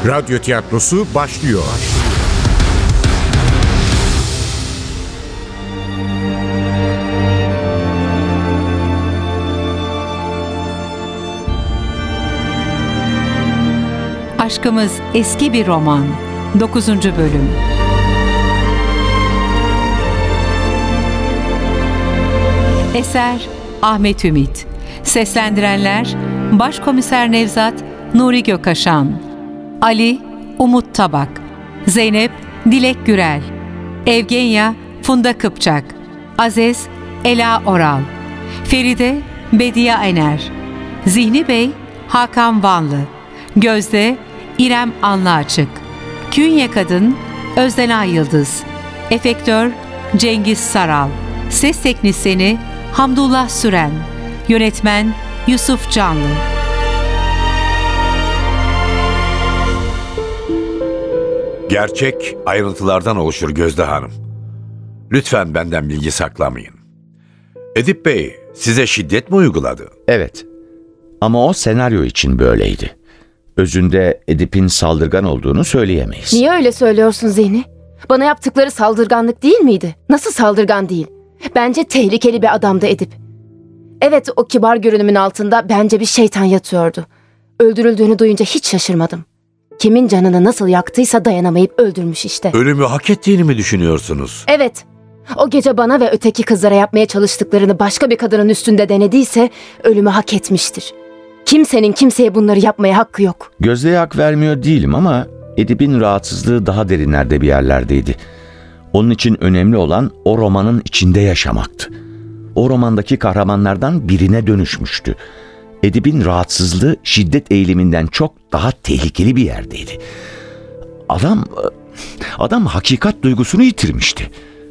Radyo tiyatrosu başlıyor. Aşkımız eski bir roman. 9. bölüm. Eser Ahmet Ümit. Seslendirenler Başkomiser Nevzat Nuri Gökaşan, Ali Umut Tabak, Zeynep Dilek Gürel, Evgenya Funda Kıpçak, Aziz Ela Oral, Feride Bediye Ener, Zihni Bey Hakan Vanlı, Gözde İrem Anlıaçık, Künye Kadın Özdenay Yıldız, Efektör Cengiz Saral, Ses Teknisyeni Hamdullah Süren, Yönetmen Yusuf Canlı. Gerçek ayrıntılardan oluşur Gözde Hanım. Lütfen benden bilgi saklamayın. Edip Bey size şiddet mi uyguladı? Evet. Ama o senaryo için böyleydi. Özünde Edip'in saldırgan olduğunu söyleyemeyiz. Niye öyle söylüyorsun Zihni? Bana yaptıkları saldırganlık değil miydi? Nasıl saldırgan değil? Bence tehlikeli bir adamdı Edip. Evet, o kibar görünümün altında bence bir şeytan yatıyordu. Öldürüldüğünü duyunca hiç şaşırmadım. Kimin canını nasıl yaktıysa dayanamayıp öldürmüş işte. Ölümü hak ettiğini mi düşünüyorsunuz? Evet. O gece bana ve öteki kızlara yapmaya çalıştıklarını başka bir kadının üstünde denediyse ölümü hak etmiştir. Kimsenin kimseye bunları yapmaya hakkı yok. Gözde'ye hak vermiyor değilim ama Edip'in rahatsızlığı daha derinlerde bir yerlerdeydi. Onun için önemli olan o romanın içinde yaşamaktı. O romandaki kahramanlardan birine dönüşmüştü. Edip'in rahatsızlığı şiddet eğiliminden çok daha tehlikeli bir yerdeydi. Adam hakikat duygusunu yitirmişti.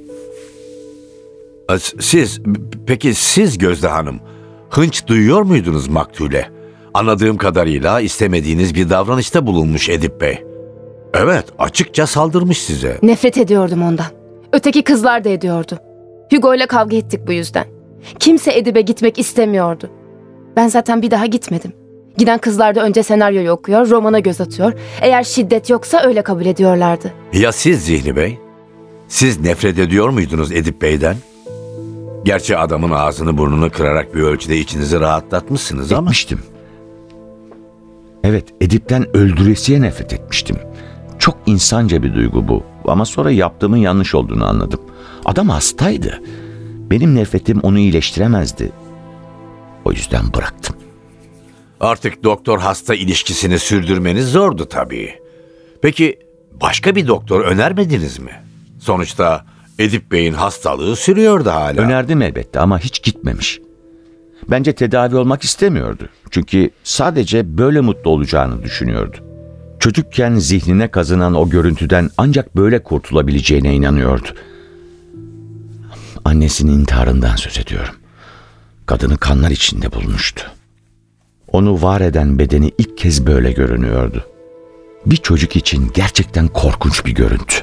Peki siz Gözde Hanım, hınç duyuyor muydunuz maktule? Anladığım kadarıyla istemediğiniz bir davranışta bulunmuş Edip Bey. Evet, açıkça saldırmış size. Nefret ediyordum ondan. Öteki kızlar da ediyordu. Hugo ile kavga ettik bu yüzden. Kimse Edip'e gitmek istemiyordu. Ben zaten bir daha gitmedim. Giden kızlar da önce senaryoyu okuyor, romana göz atıyor. Eğer şiddet yoksa öyle kabul ediyorlardı. Ya siz Zihni Bey? Siz nefret ediyor muydunuz Edip Bey'den? Gerçi adamın ağzını burnunu kırarak bir ölçüde içinizi rahatlatmışsınız ama... Etmiştim. Evet, Edip'ten öldüresiye nefret etmiştim. Çok insanca bir duygu bu. Ama sonra yaptığımın yanlış olduğunu anladım. Adam hastaydı. Benim nefretim onu iyileştiremezdi. O yüzden bıraktım. Artık doktor hasta ilişkisini sürdürmeniz zordu tabii. Peki başka bir doktor önermediniz mi? Sonuçta Edip Bey'in hastalığı sürüyordu hala. Önerdim elbette ama hiç gitmemiş. Bence tedavi olmak istemiyordu. Çünkü sadece böyle mutlu olacağını düşünüyordu. Çocukken zihnine kazınan o görüntüden ancak böyle kurtulabileceğine inanıyordu. Annesinin intiharından söz ediyorum. Kadını kanlar içinde bulmuştu. Onu var eden bedeni ilk kez böyle görünüyordu. Bir çocuk için gerçekten korkunç bir görüntü.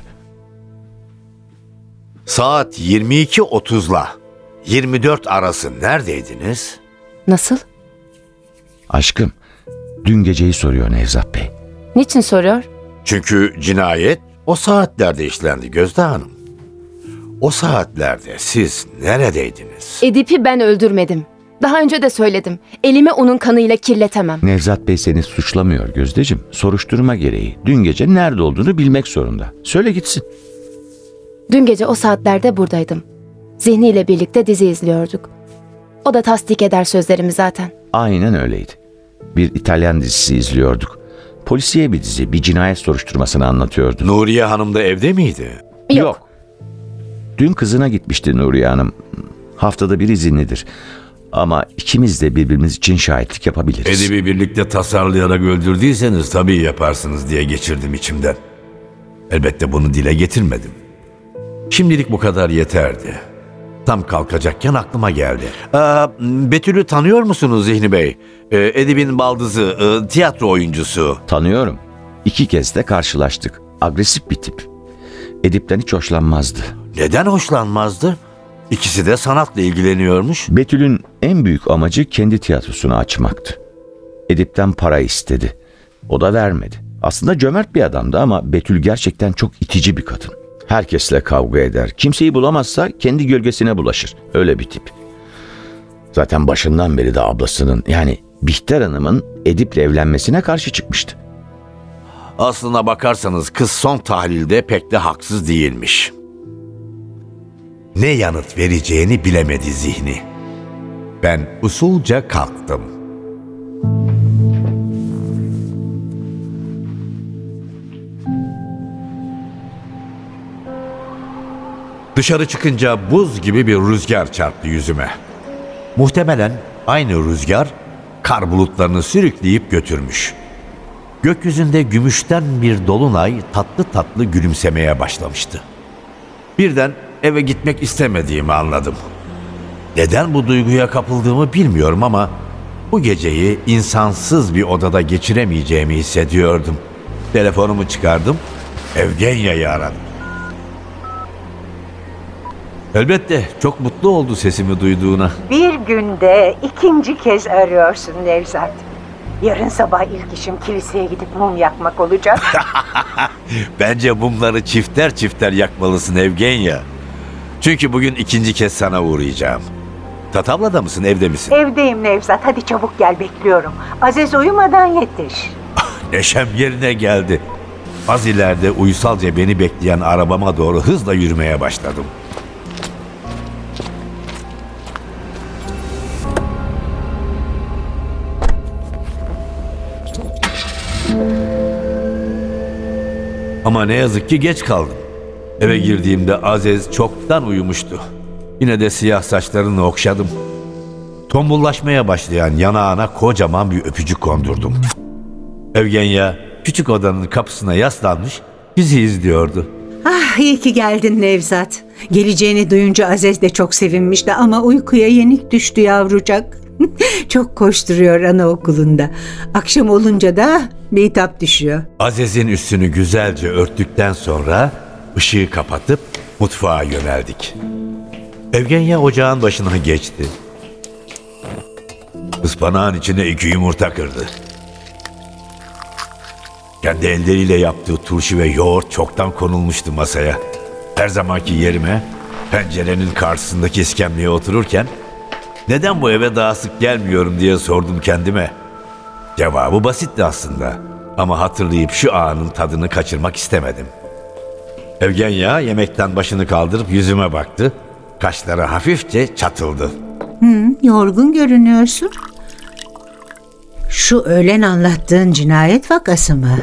Saat 22.30'la 24 arası neredeydiniz? Nasıl? Aşkım, dün geceyi soruyor Nevzat Bey. Niçin soruyor? Çünkü cinayet o saatlerde işlendi Gözde Hanım. O saatlerde siz neredeydiniz? Edip'i ben öldürmedim. Daha önce de söyledim. Elimi onun kanıyla kirletemem. Nevzat Bey seni suçlamıyor Gözdeciğim. Soruşturma gereği dün gece nerede olduğunu bilmek zorunda. Söyle gitsin. Dün gece o saatlerde buradaydım. Zihni ile birlikte dizi izliyorduk. O da tasdik eder sözlerimi zaten. Aynen öyleydi. Bir İtalyan dizisi izliyorduk. Polisiye bir dizi, bir cinayet soruşturmasını anlatıyordu. Nuriye Hanım da evde miydi? Yok. Dün kızına gitmişti Nuriye Hanım. Haftada bir izinlidir. Ama ikimiz de birbirimiz için şahitlik yapabiliriz. Edip'i birlikte tasarlayarak öldürdüyseniz tabii yaparsınız diye geçirdim içimden. Elbette bunu dile getirmedim. Şimdilik bu kadar yeterdi. Tam kalkacakken aklıma geldi. Betül'ü tanıyor musunuz Zihni Bey? Edip'in baldızı, tiyatro oyuncusu. Tanıyorum. 2 kez de karşılaştık. Agresif bir tip. Edip'ten hiç hoşlanmazdı. Neden hoşlanmazdı? İkisi de sanatla ilgileniyormuş. Betül'ün en büyük amacı kendi tiyatrosunu açmaktı. Edip'ten para istedi. O da vermedi. Aslında cömert bir adamdı ama Betül gerçekten çok itici bir kadın. Herkesle kavga eder. Kimseyi bulamazsa kendi gölgesine bulaşır. Öyle bir tip. Zaten başından beri de ablasının yani Bihter Hanım'ın Edip'le evlenmesine karşı çıkmıştı. Aslına bakarsanız kız son tahlilde pek de haksız değilmiş. Ne yanıt vereceğini bilemedi zihni. Ben usulca kalktım. Dışarı çıkınca buz gibi bir rüzgar çarptı yüzüme. Muhtemelen aynı rüzgar kar bulutlarını sürükleyip götürmüş. Gökyüzünde gümüşten bir dolunay tatlı tatlı gülümsemeye başlamıştı. Birden eve gitmek istemediğimi anladım. Neden bu duyguya kapıldığımı bilmiyorum ama bu geceyi insansız bir odada geçiremeyeceğimi hissediyordum. Telefonumu çıkardım, Evgenya'yı aradım. Elbette çok mutlu oldu sesimi duyduğuna. Bir günde 2. kez arıyorsun Nevzat. Yarın sabah ilk işim kiliseye gidip mum yakmak olacak. Bence mumları çifter çifter yakmalısın Evgenya. Çünkü bugün 2. kez sana uğrayacağım. Tatavla'da mısın, evde misin? Evdeyim Nevzat, hadi çabuk gel, bekliyorum. Aziz uyumadan yetiş. Neşem yerine geldi. Az ileride uysalca beni bekleyen arabama doğru hızla yürümeye başladım. Ama ne yazık ki geç kaldım. Eve girdiğimde Aziz çoktan uyumuştu. Yine de siyah saçlarını okşadım. Tombullaşmaya başlayan yanağına kocaman bir öpücük kondurdum. Evgenya küçük odanın kapısına yaslanmış bizi izliyordu. Ah, iyi ki geldin Nevzat. Geleceğini duyunca Aziz de çok sevinmişti ama uykuya yenik düştü yavrucak. Çok koşturuyor anaokulunda. Akşam olunca da bitap düşüyor. Aziz'in üstünü güzelce örttükten sonra ışığı kapatıp mutfağa yöneldik. Evgenya ocağın başına geçti. Ispanağın içine 2 yumurta kırdı. Kendi elleriyle yaptığı turşu ve yoğurt çoktan konulmuştu masaya. Her zamanki yerime, pencerenin karşısındaki iskemleye otururken neden bu eve daha sık gelmiyorum diye sordum kendime. Cevabı basitti aslında ama hatırlayıp şu anın tadını kaçırmak istemedim. Evgenya yemekten başını kaldırıp yüzüme baktı. Kaşları hafifçe çatıldı. Yorgun görünüyorsun. Şu öğlen anlattığın cinayet vakası mı?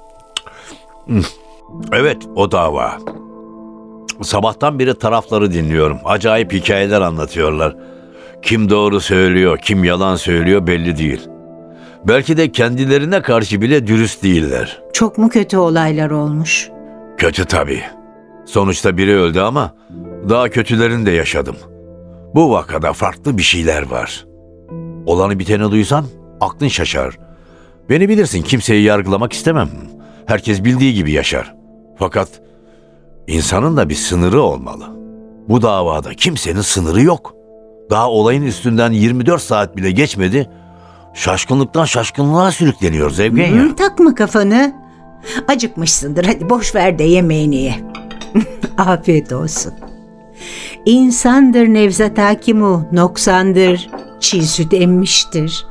Evet, o dava. Sabahtan beri tarafları dinliyorum. Acayip hikayeler anlatıyorlar. Kim doğru söylüyor, kim yalan söylüyor belli değil. Belki de kendilerine karşı bile dürüst değiller. Çok mu kötü olaylar olmuş? Kötü tabii. Sonuçta biri öldü ama daha kötülerini de yaşadım. Bu vakada farklı bir şeyler var. Olanı biteni duysan aklın şaşar. Beni bilirsin, kimseyi yargılamak istemem. Herkes bildiği gibi yaşar. Fakat insanın da bir sınırı olmalı. Bu davada kimsenin sınırı yok. Daha olayın üstünden 24 saat bile geçmedi. Şaşkınlıktan şaşkınlığa sürükleniyoruz Evgenya. Takma kafanı. Acıkmışsındır, hadi boş ver de yemeğini ye. Afiyet olsun. İnsandır Nevzat Hakimu, noksandır, çiğ süt emmiştir.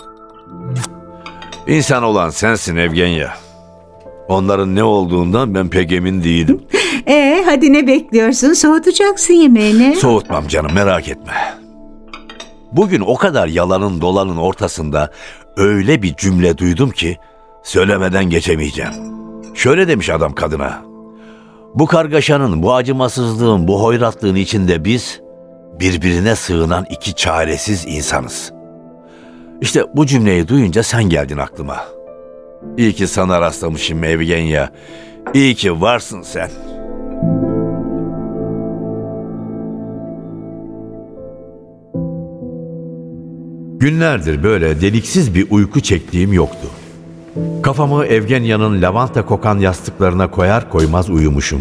İnsan olan sensin Evgenya. Onların ne olduğundan ben pek emin değilim. Hadi ne bekliyorsun? Soğutacaksın yemeğini. Soğutmam canım, merak etme. Bugün o kadar yalanın dolanın ortasında öyle bir cümle duydum ki söylemeden geçemeyeceğim. Şöyle demiş adam kadına. Bu kargaşanın, bu acımasızlığın, bu hoyratlığın içinde biz birbirine sığınan 2 çaresiz insanız. İşte bu cümleyi duyunca sen geldin aklıma. İyi ki sana rastlamışım Evgenya. İyi ki varsın sen. Günlerdir böyle deliksiz bir uyku çektiğim yoktu. Kafamı Evgenya'nın lavanta kokan yastıklarına koyar koymaz uyumuşum.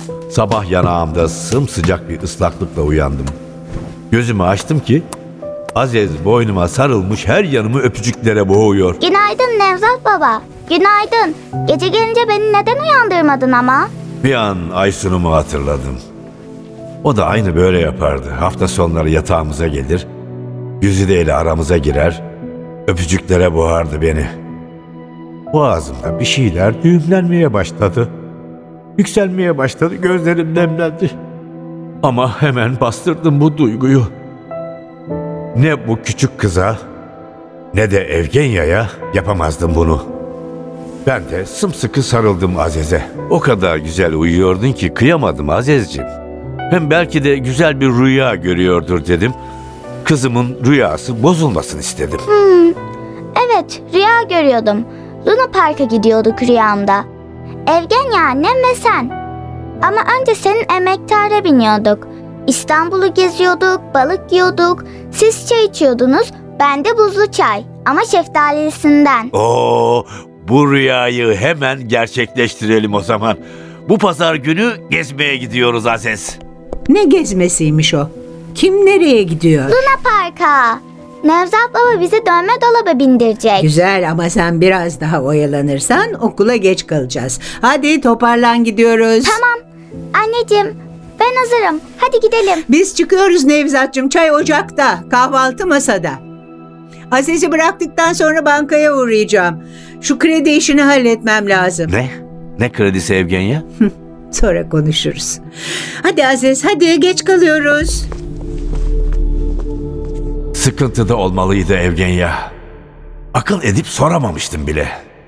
Sabah yanağımda sımsıcak bir ıslaklıkla uyandım. Gözümü açtım ki Aziz boynuma sarılmış, her yanımı öpücüklere boğuyor. Günaydın Nevzat baba. Günaydın. Gece gelince beni neden uyandırmadın ama? Bir an Aysun'umu hatırladım. O da aynı böyle yapardı. Hafta sonları yatağımıza gelir, Güzide ile aramıza girer, öpücüklere boğardı beni. Boğazımda bir şeyler düğümlenmeye başladı. Yükselmeye başladı, gözlerim nemlendi. Ama hemen bastırdım bu duyguyu. Ne bu küçük kıza ne de Evgenya'ya yapamazdım bunu. Ben de sımsıkı sarıldım Aziz'e. O kadar güzel uyuyordun ki kıyamadım Aziz'ciğim. Hem belki de güzel bir rüya görüyordur dedim. Kızımın rüyası bozulmasın istedim. Evet, rüya görüyordum. Luna Park'a gidiyorduk rüyamda. Evgenya annem ve sen. Ama önce senin emektara biniyorduk. İstanbul'u geziyorduk, balık yiyorduk. Siz çay içiyordunuz, ben de buzlu çay. Ama şeftalisinden. Oo, bu rüyayı hemen gerçekleştirelim o zaman. Bu pazar günü gezmeye gidiyoruz Aziz. Ne gezmesiymiş o? Kim nereye gidiyor? Luna Park'a. Nevzat baba bizi dönme dolaba bindirecek. Güzel ama sen biraz daha oyalanırsan okula geç kalacağız. Hadi toparlan, gidiyoruz. Tamam. Anneciğim, ben hazırım. Hadi gidelim. Biz çıkıyoruz Nevzat'cığım. Çay ocakta, kahvaltı masada. Aziz'i bıraktıktan sonra bankaya uğrayacağım. Şu kredi işini halletmem lazım. Ne? Ne kredisi Evgenya? Sonra konuşuruz. Hadi Aziz, hadi, geç kalıyoruz. Sıkıntıda olmalıydı Evgenya. Akıl edip soramamıştım bile.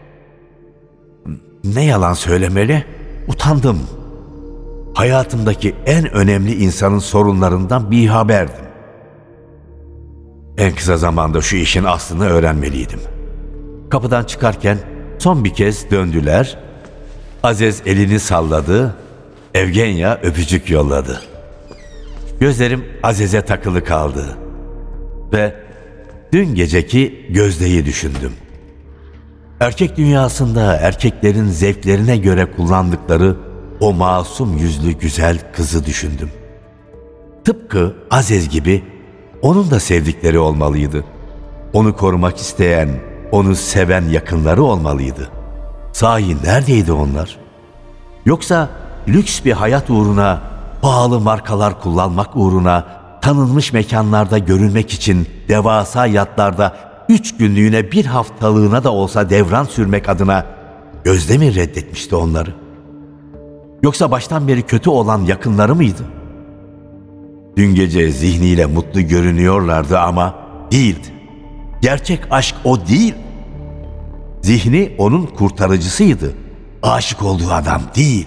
Ne yalan söylemeli? Utandım. Hayatımdaki en önemli insanın sorunlarından bir haberdim. En kısa zamanda şu işin aslını öğrenmeliydim. Kapıdan çıkarken son bir kez döndüler. Aziz elini salladı. Evgenya öpücük yolladı. Gözlerim Aziz'e takılı kaldı. Ve dün geceki Gözde'yi düşündüm. Erkek dünyasında erkeklerin zevklerine göre kullandıkları o masum yüzlü güzel kızı düşündüm. Tıpkı Aziz gibi onun da sevdikleri olmalıydı. Onu korumak isteyen, onu seven yakınları olmalıydı. Sahi neredeydi onlar? Yoksa lüks bir hayat uğruna, pahalı markalar kullanmak uğruna, tanınmış mekanlarda görünmek için devasa yatlarda 3 günlüğüne, bir haftalığına da olsa devran sürmek adına Gözde mi reddetmişti onları? Yoksa baştan beri kötü olan yakınları mıydı? Dün gece zihniyle mutlu görünüyorlardı ama değildi. Gerçek aşk o değil. Zihni onun kurtarıcısıydı. Aşık olduğu adam değil.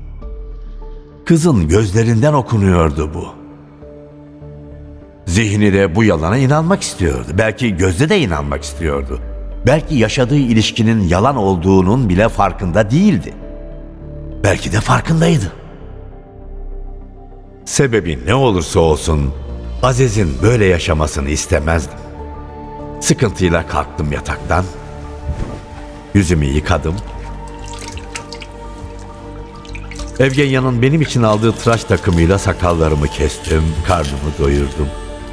Kızın gözlerinden okunuyordu bu. Zihni de bu yalana inanmak istiyordu. Belki Gözde de inanmak istiyordu. Belki yaşadığı ilişkinin yalan olduğunun bile farkında değildi. Belki de farkındaydı. Sebebi ne olursa olsun Aziz'in böyle yaşamasını istemezdim. Sıkıntıyla kalktım yataktan. Yüzümü yıkadım. Evgenya'nın benim için aldığı tıraş takımıyla sakallarımı kestim, karnımı doyurdum.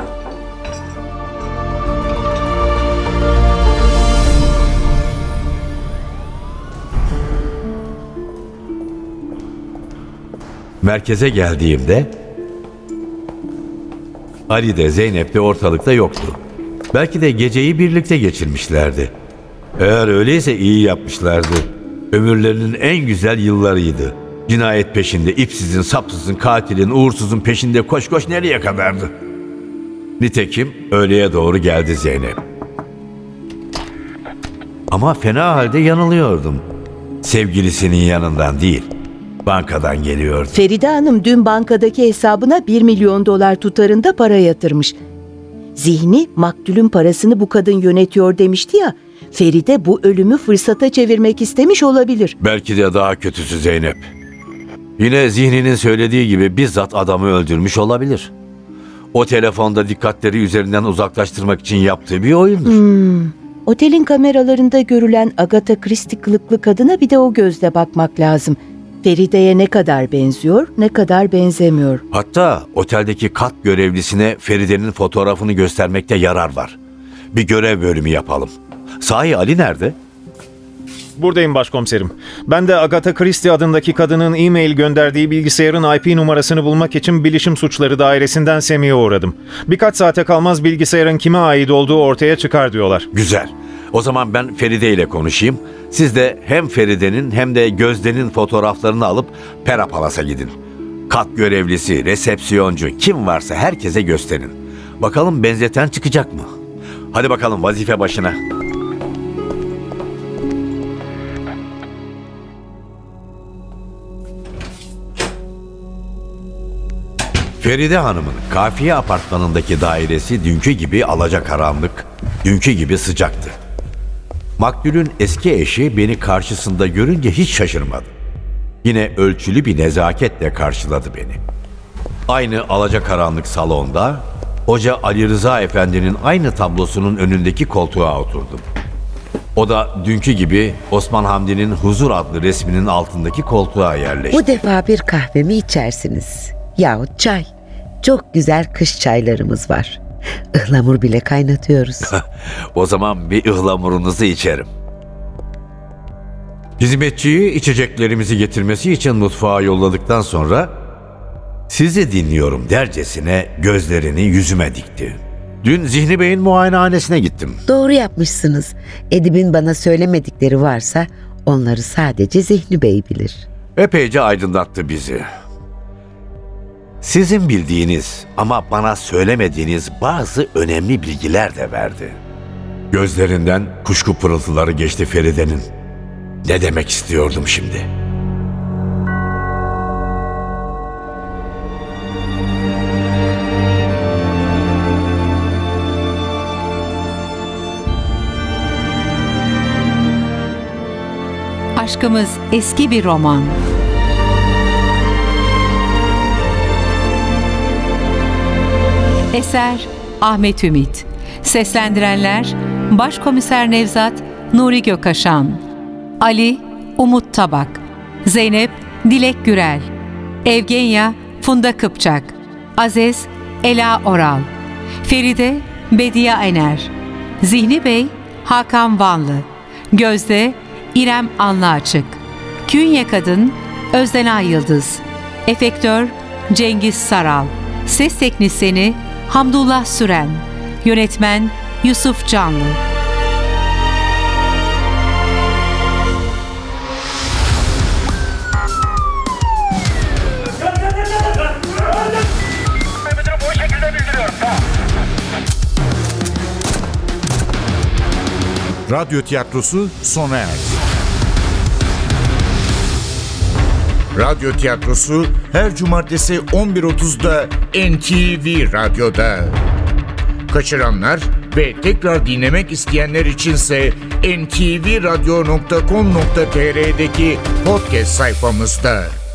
Merkeze geldiğimde Ali de Zeynep de ortalıkta yoktu. Belki de geceyi birlikte geçirmişlerdi. Eğer öyleyse iyi yapmışlardı. Ömürlerinin en güzel yıllarıydı. Cinayet peşinde, ipsizin, sapsızın, katilin, uğursuzun peşinde koş koş nereye kadardı? Nitekim öğleye doğru geldi Zeynep. Ama fena halde yanılıyordum. Sevgilisinin yanından değil, bankadan geliyordu. Feride Hanım dün bankadaki hesabına 1 milyon dolar tutarında para yatırmış. Zihni maktulün parasını bu kadın yönetiyor demişti ya. Feride bu ölümü fırsata çevirmek istemiş olabilir. Belki de daha kötüsü Zeynep. Yine Zihni'nin söylediği gibi bizzat adamı öldürmüş olabilir. O telefonda dikkatleri üzerinden uzaklaştırmak için yaptığı bir oyundur. Otelin kameralarında görülen Agatha Christie kılıklı kadına bir de o gözle bakmak lazım. Feride'ye ne kadar benziyor, ne kadar benzemiyor. Hatta oteldeki kat görevlisine Feride'nin fotoğrafını göstermekte yarar var. Bir görev bölümü yapalım. Sahi Ali nerede? Buradayım başkomiserim. Ben de Agatha Christie adındaki kadının e-mail gönderdiği bilgisayarın IP numarasını bulmak için Bilişim Suçları Dairesi'nden Semih'e uğradım. Birkaç saate kalmaz bilgisayarın kime ait olduğu ortaya çıkar diyorlar. Güzel. O zaman ben Feride ile konuşayım. Siz de hem Feride'nin hem de Gözde'nin fotoğraflarını alıp Pera Palas'a gidin. Kat görevlisi, resepsiyoncu kim varsa herkese gösterin. Bakalım benzeten çıkacak mı? Hadi bakalım vazife başına. Feride Hanım'ın Kafiye Apartmanı'ndaki dairesi dünkü gibi alacakaranlık, dünkü gibi sıcaktı. Maktulün eski eşi beni karşısında görünce hiç şaşırmadı. Yine ölçülü bir nezaketle karşıladı beni. Aynı alacakaranlık salonda, Hoca Ali Rıza Efendi'nin aynı tablosunun önündeki koltuğa oturdum. O da dünkü gibi Osman Hamdi'nin Huzur adlı resminin altındaki koltuğa yerleşti. Bu defa bir kahve mi içersiniz? Yahut çay. Çok güzel kış çaylarımız var. Ihlamur bile kaynatıyoruz. O zaman bir ıhlamurunuzu içerim. Hizmetçiyi içeceklerimizi getirmesi için mutfağa yolladıktan sonra sizi dinliyorum dercesine gözlerini yüzüme dikti. Dün Zihni Bey'in muayenehanesine gittim. Doğru yapmışsınız. Edip'in bana söylemedikleri varsa onları sadece Zihni Bey bilir. Epeyce aydınlattı bizi. Sizin bildiğiniz ama bana söylemediğiniz bazı önemli bilgiler de verdi. Gözlerinden kuşku pırıltıları geçti Feride'nin. Ne demek istiyordum şimdi? Aşkımız eski bir roman. Eser Ahmet Ümit. Seslendirenler Başkomiser Nevzat Nuri Gökaşan, Ali Umut Tabak, Zeynep Dilek Gürel, Evgenya Funda Kıpçak, Aziz Ela Oral, Feride Bediye Ener, Zihni Bey Hakan Vanlı, Gözde İrem Anlıaçık, Künye Kadın Özdena Yıldız, Efektör Cengiz Saral, Ses Teknisyeni Hamdullah Süren, Yönetmen Yusuf Canlı. Radyo tiyatrosu sona erdi. Radyo tiyatrosu her cumartesi 11.30'da NTV Radyo'da. Kaçıranlar ve tekrar dinlemek isteyenler içinse ntvradio.com.tr'deki podcast sayfamızda.